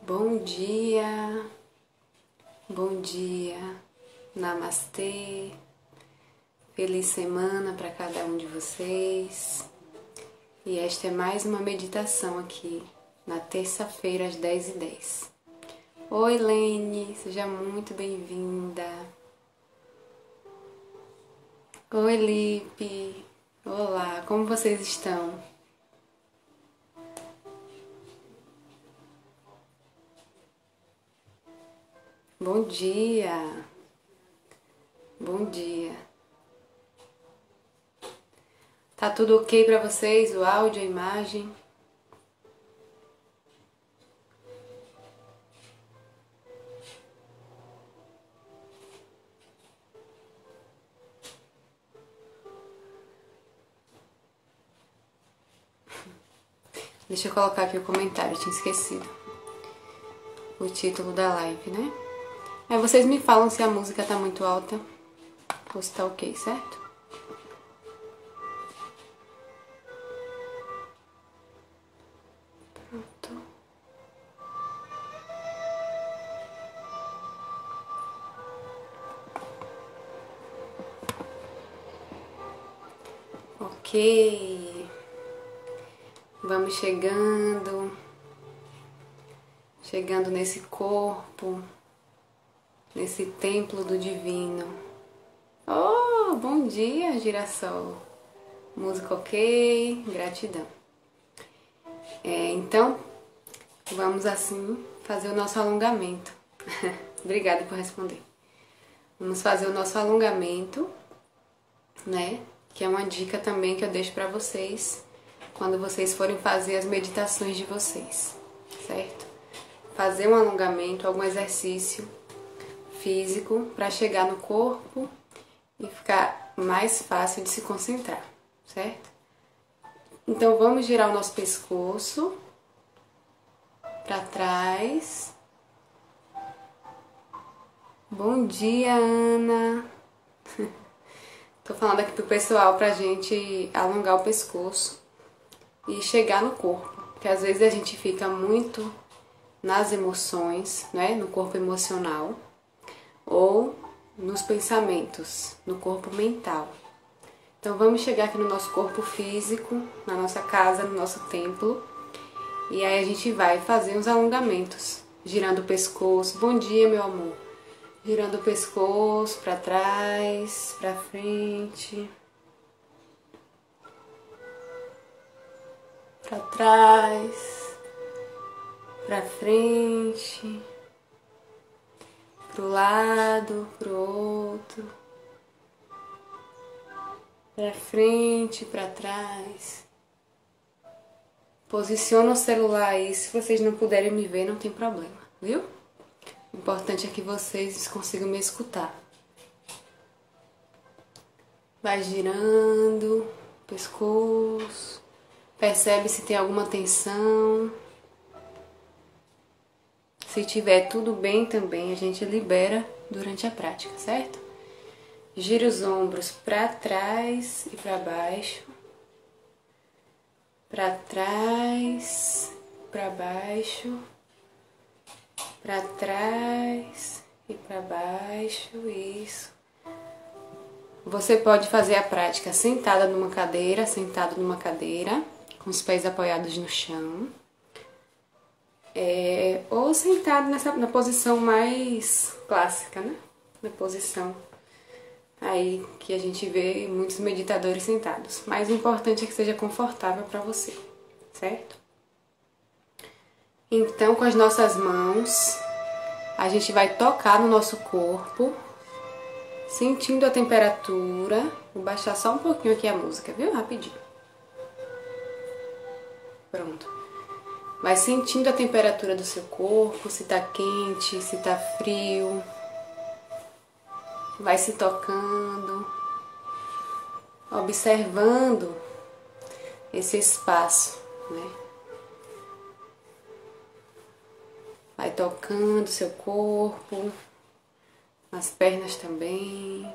Bom dia, namastê, feliz semana para cada um de vocês. E esta é mais uma meditação aqui na terça-feira às 10h10. Oi Lene, seja muito bem-vinda. Oi Lipe, olá, como vocês estão? Bom dia, bom dia. Tá tudo ok para vocês? O áudio, a imagem? Deixa eu colocar aqui o comentário, eu tinha esquecido o título da live, né? Aí vocês me falam se a música tá muito alta ou se tá ok, certo? Pronto. Ok. Vamos chegando nesse corpo, nesse templo do divino. Oh, bom dia, girassol. Música ok, gratidão. Então, vamos assim fazer o nosso alongamento. Obrigada por responder. Vamos fazer o nosso alongamento, né? Que é uma dica também que eu deixo para vocês quando vocês forem fazer as meditações de vocês, certo? Fazer um alongamento, algum exercício físico para chegar no corpo e ficar mais fácil de se concentrar, certo? Então vamos girar o nosso pescoço para trás. Bom dia, Ana. Tô falando aqui pro pessoal pra gente alongar o pescoço e chegar no corpo, porque às vezes a gente fica muito nas emoções, né, no corpo emocional ou nos pensamentos, no corpo mental. Então vamos chegar aqui no nosso corpo físico, na nossa casa, no nosso templo, e aí a gente vai fazer uns alongamentos, girando o pescoço. Bom dia, meu amor. Girando o pescoço para trás, para frente, para trás, para frente, pro lado, pro outro, para frente, para trás. Posiciona o celular aí, se vocês não puderem me ver, não tem problema, viu? O importante é que vocês consigam me escutar. Vai girando o pescoço, percebe se tem alguma tensão. Se tiver tudo bem também, a gente libera durante a prática, certo? Gira os ombros para trás e para baixo. Para trás, para baixo. Para trás e para baixo, isso. Você pode fazer a prática sentado numa cadeira, com os pés apoiados no chão. Ou sentado na posição mais clássica, né? Na posição aí que a gente vê muitos meditadores sentados. Mas o importante é que seja confortável para você, certo? Então, com as nossas mãos, a gente vai tocar no nosso corpo, sentindo a temperatura. Vou baixar só um pouquinho aqui a música, viu? Rapidinho. Pronto. Vai sentindo a temperatura do seu corpo, se tá quente, se tá frio. Vai se tocando, observando esse espaço, né? Vai tocando seu corpo, as pernas também.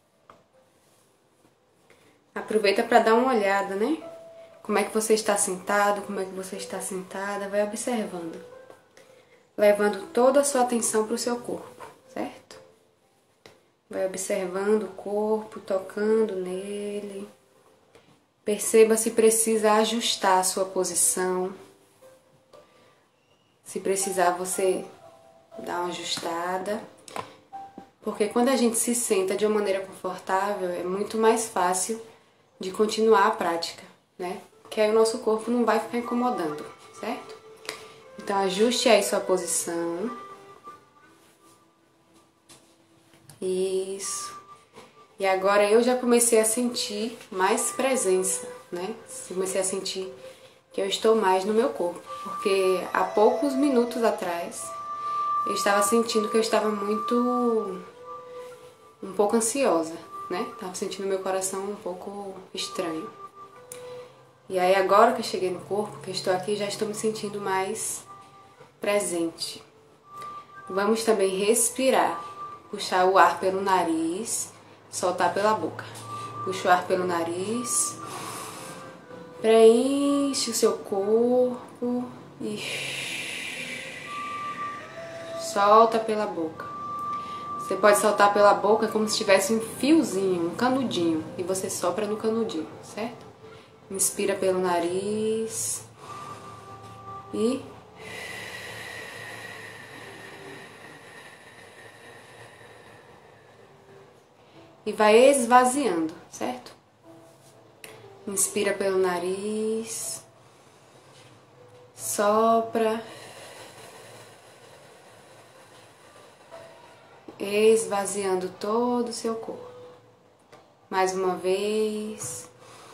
Aproveita para dar uma olhada, né? Como é que você está sentado, como é que você está sentada, vai observando. levando toda a sua atenção para o seu corpo, certo? Vai observando o corpo, tocando nele. Perceba se precisa ajustar a sua posição. Se precisar, você dá uma ajustada. Porque quando a gente se senta de uma maneira confortável, é muito mais fácil de continuar a prática, né? Que aí o nosso corpo não vai ficar incomodando, certo? Então ajuste aí sua posição. Isso. E agora eu já comecei a sentir mais presença, né? Comecei a sentir que eu estou mais no meu corpo. Porque há poucos minutos atrás eu estava sentindo que eu estava um pouco ansiosa, né? Tava sentindo meu coração um pouco estranho. E aí agora que eu cheguei no corpo, que eu estou aqui, já estou me sentindo mais presente. Vamos também respirar. Puxar o ar pelo nariz, soltar pela boca. Puxa o ar pelo nariz, preenche o seu corpo e solta pela boca. Você pode soltar pela boca como se tivesse um fiozinho, um canudinho, e você sopra no canudinho, certo? Inspira pelo nariz e vai esvaziando, certo? Inspira pelo nariz, sopra, esvaziando todo o seu corpo. Mais uma vez.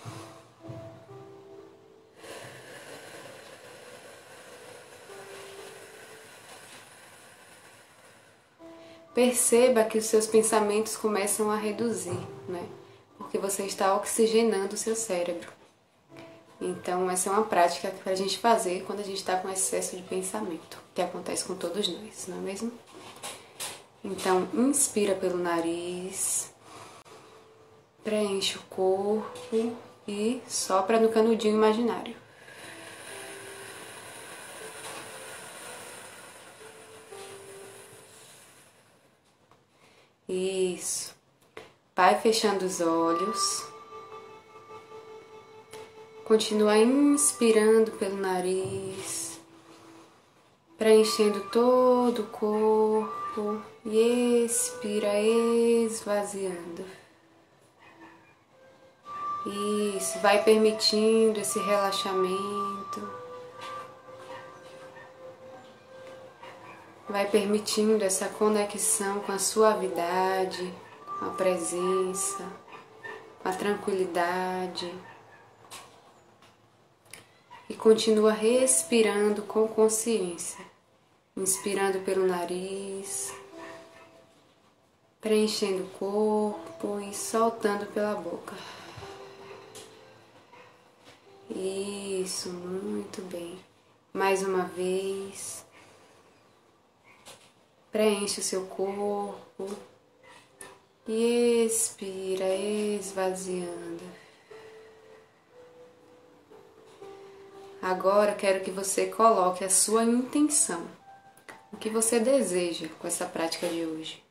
Perceba que os seus pensamentos começam a reduzir, né? Porque você está oxigenando o seu cérebro. Então, essa é uma prática para a gente fazer quando a gente está com excesso de pensamento, que acontece com todos nós, não é mesmo? Então, inspira pelo nariz, preenche o corpo e sopra no canudinho imaginário. Isso. Vai fechando os olhos. Continua inspirando pelo nariz, preenchendo todo o corpo e expira, esvaziando. Isso, vai permitindo esse relaxamento, vai permitindo essa conexão com a suavidade, com a presença, com a tranquilidade. E continua respirando com consciência, inspirando pelo nariz, preenchendo o corpo e soltando pela boca. Isso, muito bem. Mais uma vez, preenche o seu corpo e expira, esvaziando. Agora quero que você coloque a sua intenção, o que você deseja com essa prática de hoje.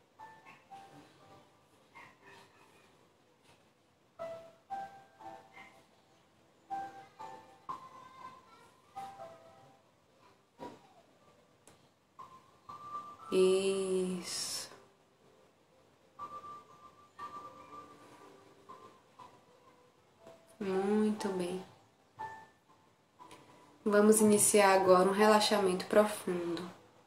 Isso. Muito bem. Vamos iniciar agora um relaxamento profundo.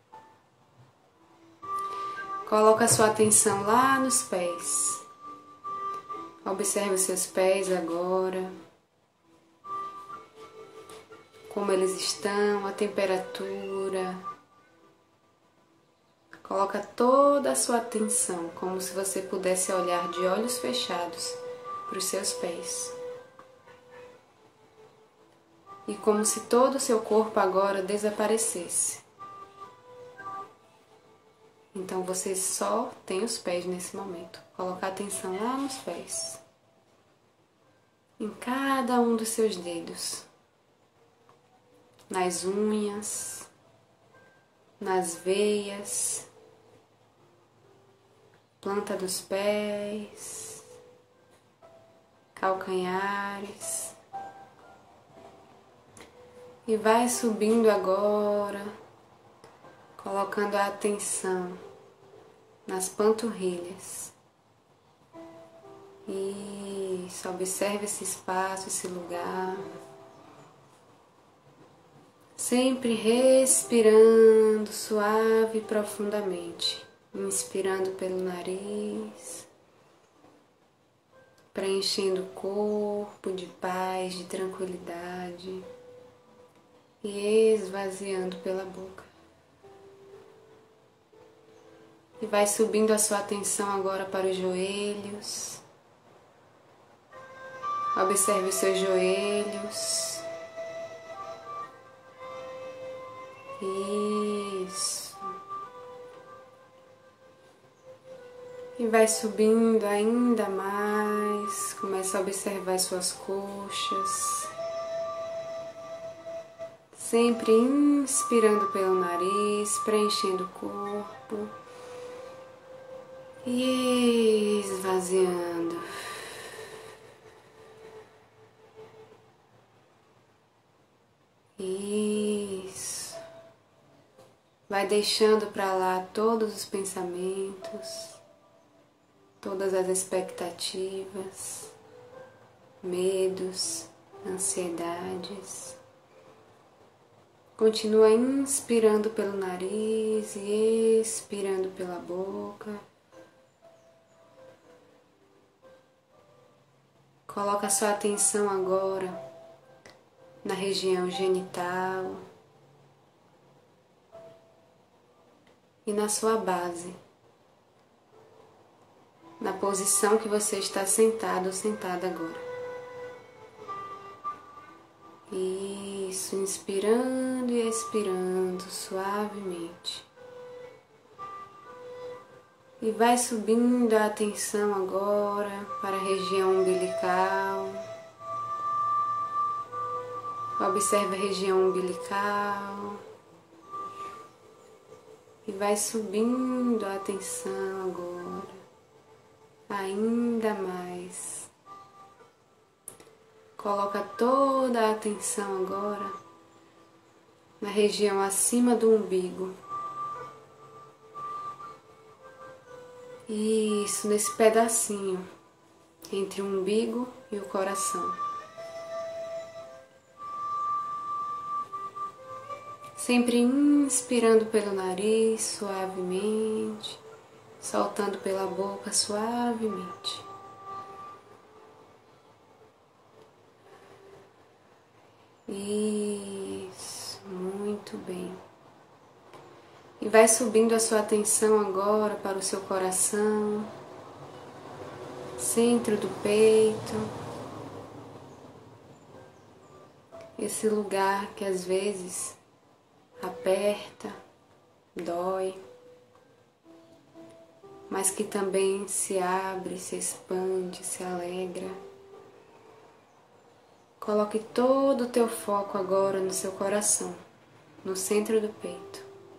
Coloca a sua atenção lá nos pés. Observe os seus pés agora. Como eles estão, a temperatura. Coloca toda a sua atenção, como se você pudesse olhar de olhos fechados para os seus pés. E como se todo o seu corpo agora desaparecesse. Então você só tem os pés nesse momento. Colocar atenção lá nos pés. Em cada um dos seus dedos. Nas unhas. nas veias, planta dos pés, calcanhares. E vai subindo agora, colocando a atenção nas panturrilhas. Isso, observe esse espaço, esse lugar. Sempre respirando suave e profundamente. Inspirando pelo nariz, preenchendo o corpo de paz, de tranquilidade. E esvaziando pela boca. E vai subindo a sua atenção agora para os joelhos. Observe os seus joelhos. Isso. E vai subindo ainda mais. Começa a observar as suas coxas. Sempre inspirando pelo nariz, preenchendo o corpo. E esvaziando. Isso. Vai deixando para lá todos os pensamentos, todas as expectativas, medos, ansiedades. Continua inspirando pelo nariz e expirando pela boca. Coloca a sua atenção agora na região genital e na sua base, na posição que você está sentado ou sentada agora. Isso, inspirando e expirando suavemente. E vai subindo a atenção agora para a região umbilical. Observe a região umbilical. E vai subindo a atenção agora, ainda mais. Coloca toda a atenção agora na região acima do umbigo. Isso, nesse pedacinho entre o umbigo e o coração. Sempre inspirando pelo nariz suavemente, soltando pela boca suavemente. Isso, muito bem. E vai subindo a sua atenção agora para o seu coração, centro do peito, esse lugar que às vezes aperta, dói, mas que também se abre, se expande, se alegra. Coloque todo o teu foco agora no seu coração, no centro do peito.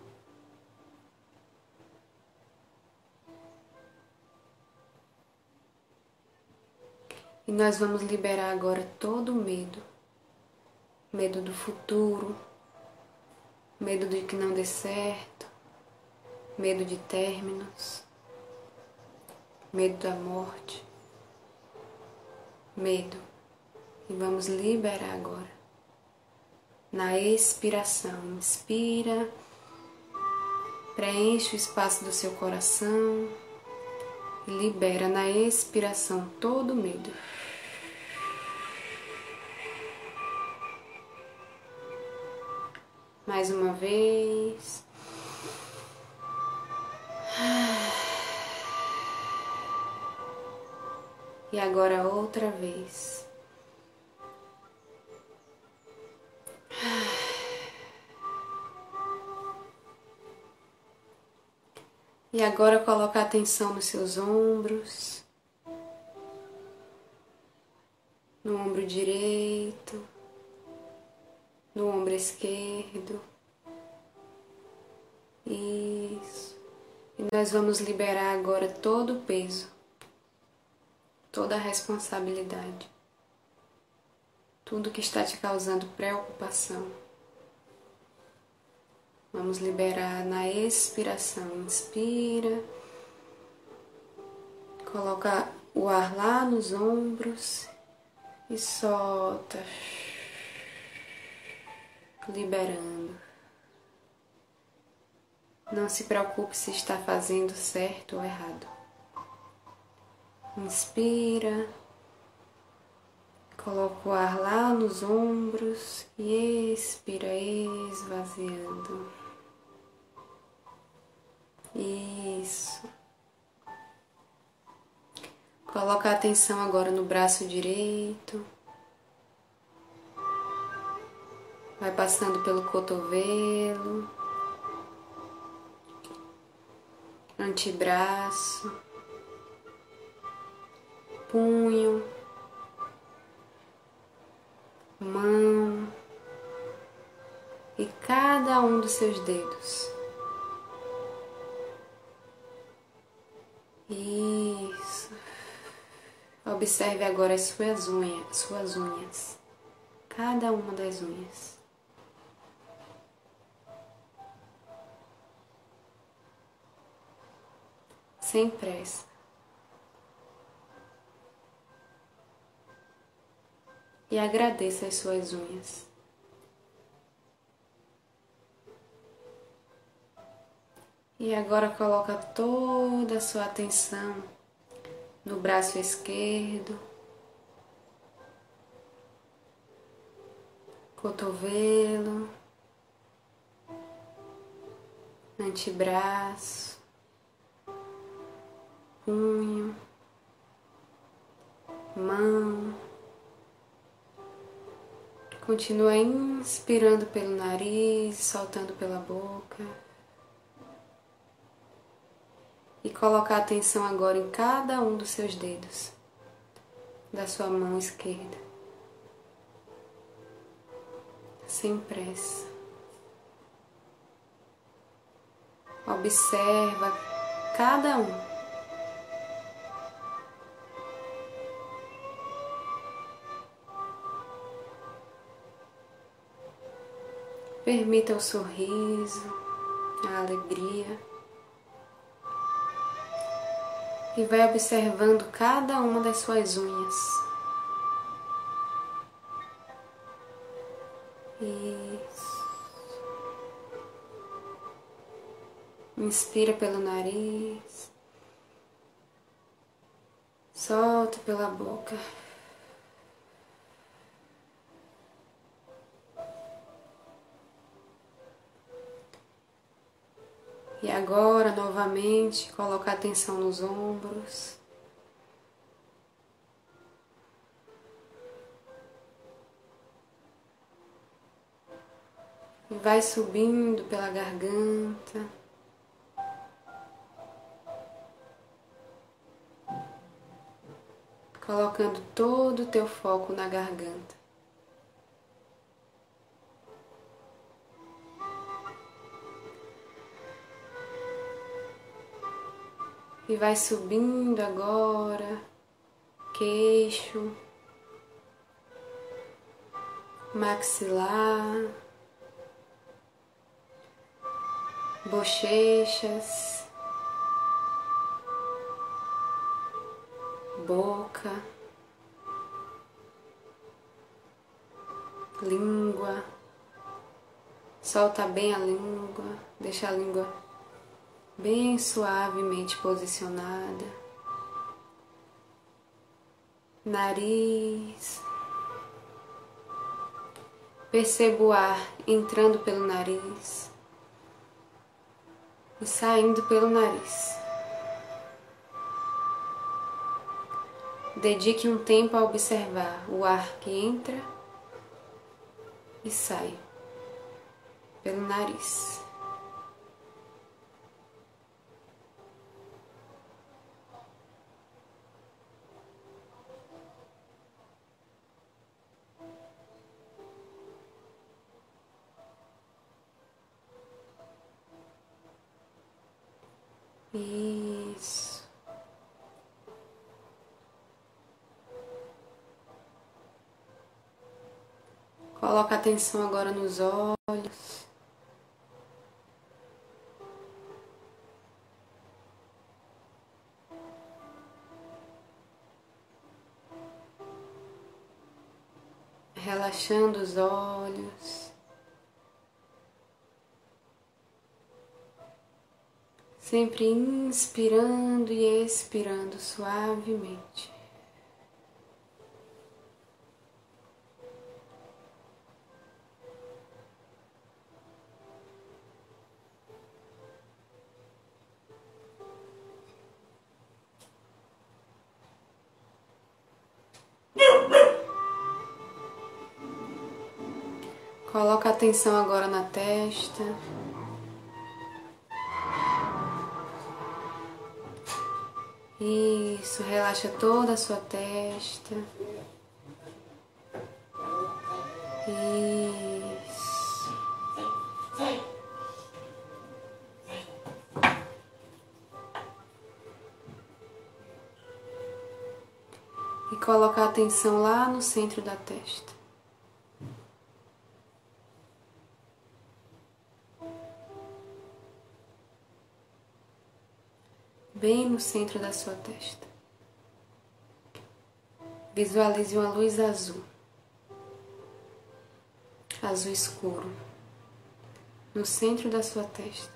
E nós vamos liberar agora todo o medo. Medo do futuro, medo de que não dê certo, medo de términos, medo da morte, medo. E vamos liberar agora. Na expiração, inspira, preenche o espaço do seu coração e libera na expiração todo o medo. Mais uma vez. E agora outra vez. E agora coloca a atenção nos seus ombros, no ombro direito, no ombro esquerdo, Isso. E nós vamos liberar agora todo o peso, toda a responsabilidade, tudo que está te causando preocupação. Vamos liberar na expiração. Inspira, coloca o ar lá nos ombros e solta, liberando. Não se preocupe se está fazendo certo ou errado. Inspira, coloca o ar lá nos ombros e expira, esvaziando. Isso. Coloca a atenção agora no braço direito. Vai passando pelo cotovelo, antebraço, punho, mão e cada um dos seus dedos. Isso. Observe agora as suas unhas, cada uma das unhas. Sem pressa. E agradeça as suas unhas. E agora coloca toda a sua atenção no braço esquerdo, cotovelo, antebraço, punho, mão. Continua inspirando pelo nariz, soltando pela boca. E coloca a atenção agora em cada um dos seus dedos da sua mão esquerda. Sem pressa. Observa cada um. Permita o sorriso, a alegria. E vai observando cada uma das suas unhas. Isso. Inspira pelo nariz. Solta pela boca. E agora, novamente, coloca a atenção nos ombros. E vai subindo pela garganta. Colocando todo o teu foco na garganta. E vai subindo agora, queixo, maxilar, bochechas, boca, língua. Solta bem a língua, deixa a língua bem suavemente posicionada. Nariz. Perceba o ar entrando pelo nariz e saindo pelo nariz. Dedique um tempo a observar o ar que entra e sai pelo nariz. Isso. Coloca atenção agora nos olhos. Relaxando os olhos. Sempre inspirando e expirando suavemente. Coloca atenção agora na testa. Isso, relaxa toda a sua testa. Isso. E coloca a atenção lá no centro da testa. Bem no centro da sua testa. Visualize uma luz azul. Azul escuro. No centro da sua testa.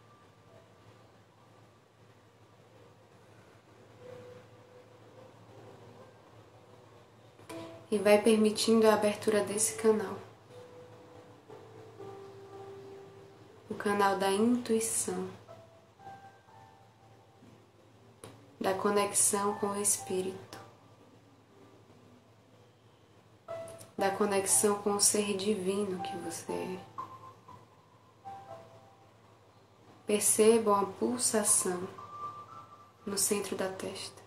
E vai permitindo a abertura desse canal. O canal da intuição. Da conexão com o Espírito, da conexão com o ser divino que você é. Percebam a pulsação no centro da testa.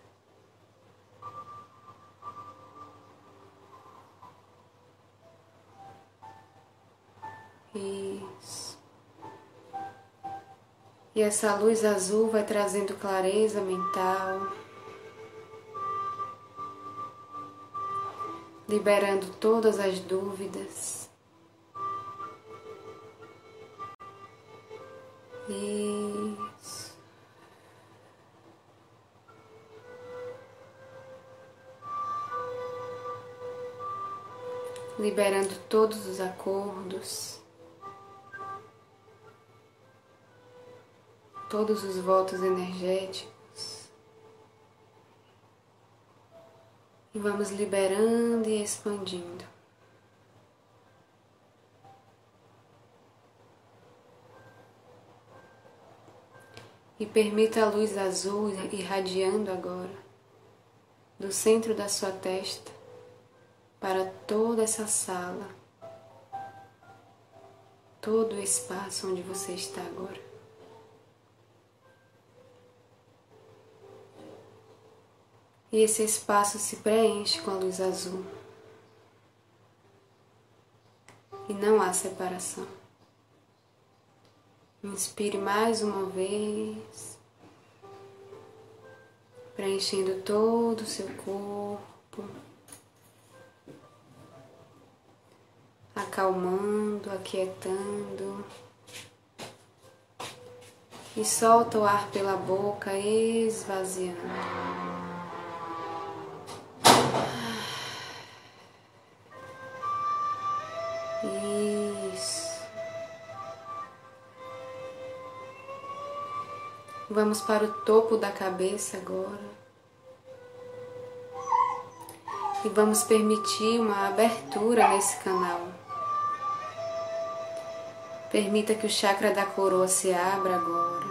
Isso. E essa luz azul vai trazendo clareza mental, liberando todas as dúvidas. Isso. Liberando todos os acordos. Todos os votos energéticos. E vamos liberando e expandindo. E permita a luz azul irradiando agora do centro da sua testa para toda essa sala, todo o espaço onde você está agora. E esse espaço se preenche com a luz azul. E não há separação. Inspire mais uma vez, preenchendo todo o seu corpo, acalmando, aquietando. E solta o ar pela boca, esvaziando. Isso. Vamos para o topo da cabeça agora. E vamos permitir uma abertura nesse canal. Permita que o chakra da coroa se abra agora.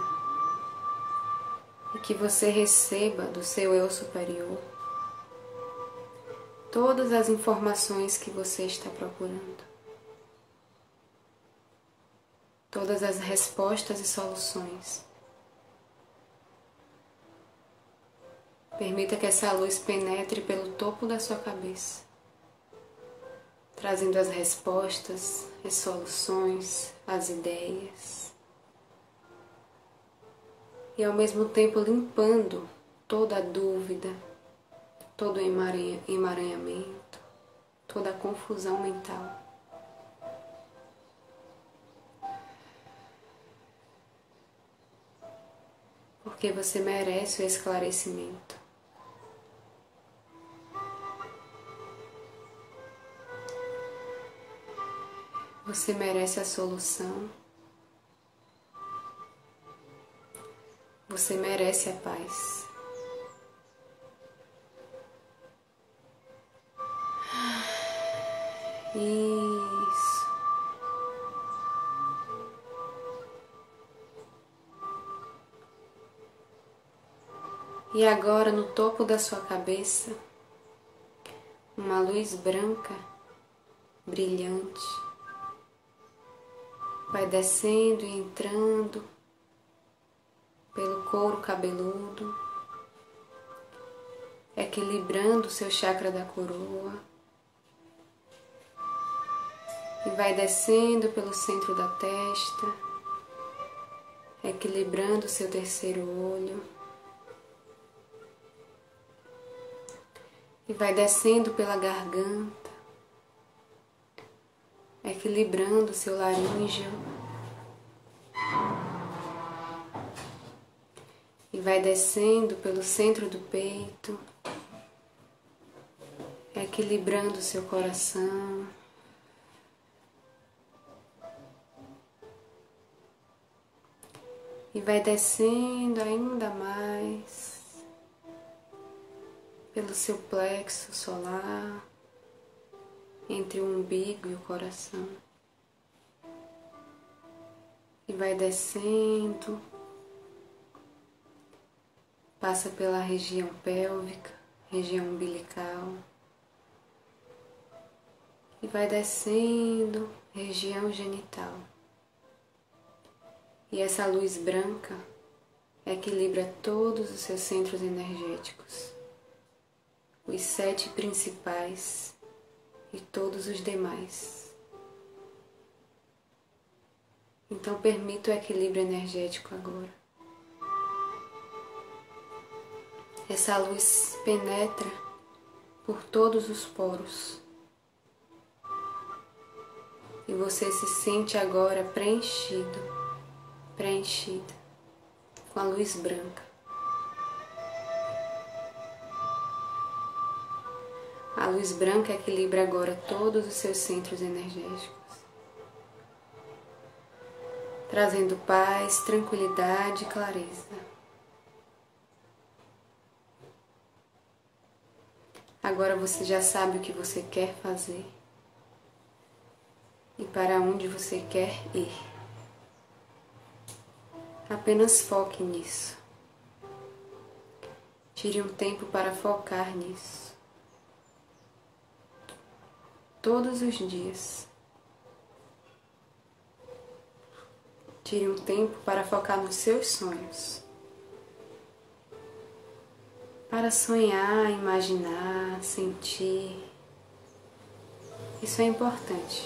E que você receba do seu eu superior todas as informações que você está procurando. Todas as respostas e soluções. Permita que essa luz penetre pelo topo da sua cabeça, trazendo as respostas, as soluções, as ideias. e ao mesmo tempo limpando toda a dúvida, todo o emaranhamento, toda a confusão mental. Porque você merece o esclarecimento. Você merece a solução. Você merece a paz. Isso. E agora, no topo da sua cabeça, uma luz branca, brilhante, vai descendo e entrando pelo couro cabeludo, equilibrando o seu chakra da coroa, e vai descendo pelo centro da testa, equilibrando o seu terceiro olho, e vai descendo pela garganta, equilibrando o seu laríngeo, e vai descendo pelo centro do peito, equilibrando o seu coração, e vai descendo ainda mais pelo seu plexo solar, entre o umbigo e o coração, e vai descendo, passa pela região pélvica, região umbilical, e vai descendo, região genital. E essa luz branca equilibra todos os seus centros energéticos, os 7 principais e todos os demais. Então permita o equilíbrio energético agora. Essa luz penetra por todos os poros e você se sente agora preenchida com a luz branca. A luz branca equilibra agora todos os seus centros energéticos, trazendo paz, tranquilidade e clareza. Agora você já sabe o que você quer fazer e para onde você quer ir. Apenas foque nisso. Tire um tempo para focar nisso. Todos os dias. Tire um tempo para focar nos seus sonhos. Para sonhar, imaginar, sentir. Isso é importante.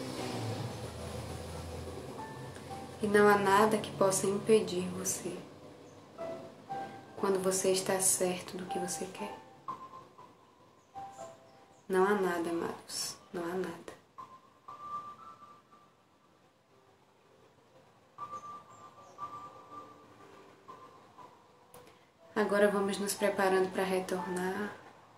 E não há nada que possa impedir você quando você está certo do que você quer. Não há nada, amados. Não há nada. Agora vamos nos preparando para retornar.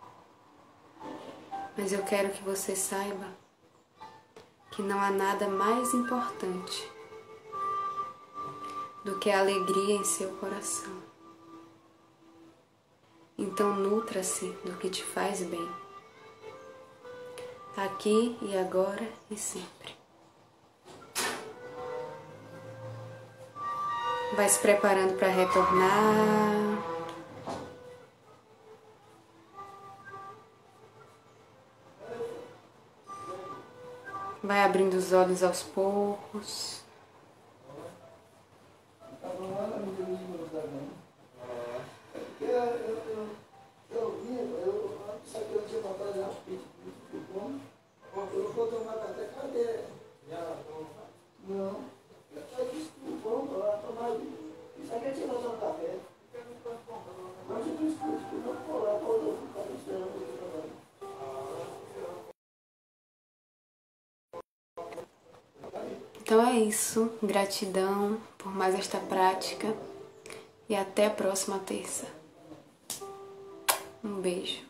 Mas eu quero que você saiba que não há nada mais importante do que a alegria em seu coração. Então nutra-se do que te faz bem, aqui e agora e sempre. Vai se preparando para retornar. Vai abrindo os olhos aos poucos. Então é isso. Gratidão por mais esta prática. E até a próxima terça. Um beijo.